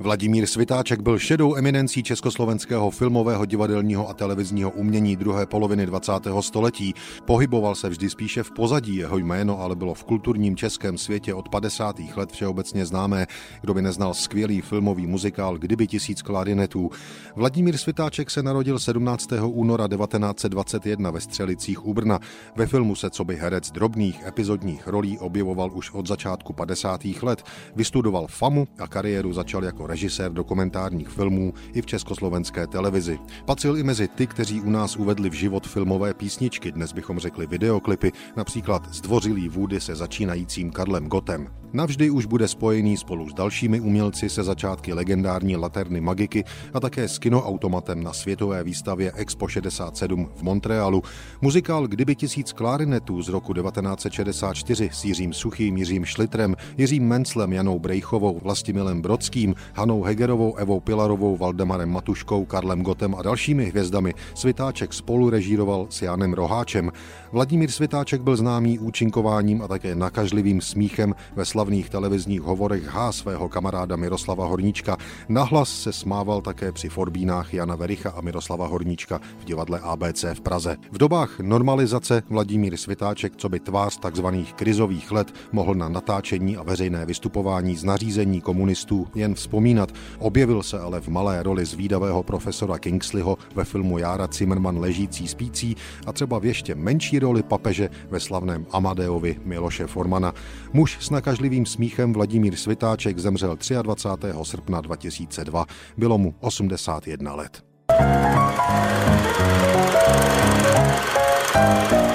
Vladimír Svitáček byl šedou eminencí československého filmového, divadelního a televizního umění druhé poloviny 20. století. Pohyboval se vždy spíše v pozadí, jeho jméno ale bylo v kulturním českém světě od 50. let všeobecně známé. Kdo by neznal skvělý filmový muzikál Kdyby 1000 klarinetů. Vladimír Svitáček se narodil 17. února 1921 ve Střelicích u Brna. Ve filmu se coby herec drobných epizodních rolí objevoval už od začátku 50. let. Vystudoval FAMu a kariéru začal jako režisér dokumentárních filmů i v československé televizi. Patřil i mezi ty, kteří u nás uvedli v život filmové písničky, dnes bychom řekli videoklipy, například Zdvořilý Woody se začínajícím Karlem Gottem. Navždy už bude spojený spolu s dalšími umělci se začátky legendární Laterny Magiky a také s kinoautomatem na světové výstavě Expo 67 v Montrealu. Muzikál Kdyby 1000 klarinetů z roku 1964 s Jiřím Suchým, Jiřím Šlitrem, Jiřím Menclem, Janou Brejchovou, Vlastimilem Brodským, Hanou Hegerovou, Evou Pilarovou, Valdemarem Matuškou, Karlem Gottem a dalšími hvězdami Svitáček spolu režíroval s Janem Roháčem. Vladimír Svitáček byl známý účinkováním a také nakažlivým smíchem ve slavných televizních hovorech svého kamaráda Miroslava Horníčka. Nahlas se smával také při forbínách Jana Vericha a Miroslava Horníčka v divadle ABC v Praze. V dobách normalizace Vladimír Svitáček coby tvář takzvaných krizových let mohl na natáčení a veřejné vystupování z nařízení komunistů jen vzpomínat. Objevil se ale v malé roli zvídavého profesora Kingsleyho ve filmu Jára Cimrman Ležící spící a třeba v ještě menší roli papeže ve slavném Amadeovi Miloše Formana. Muž s nakažlivým smíchem Vladimír Svitáček zemřel 23. srpna 2002. Bylo mu 81 let.